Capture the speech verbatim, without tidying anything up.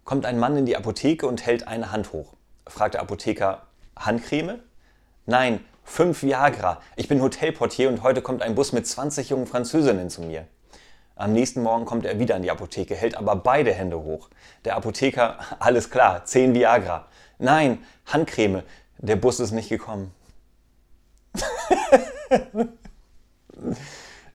Kommt ein Mann in die Apotheke und hält eine Hand hoch. Fragt der Apotheker, Handcreme? Nein, fünf Viagra. Ich bin Hotelportier und heute kommt ein Bus mit zwanzig jungen Französinnen zu mir. Am nächsten Morgen kommt er wieder in die Apotheke, hält aber beide Hände hoch. Der Apotheker, alles klar, zehn Viagra. Nein, Handcreme. Der Bus ist nicht gekommen.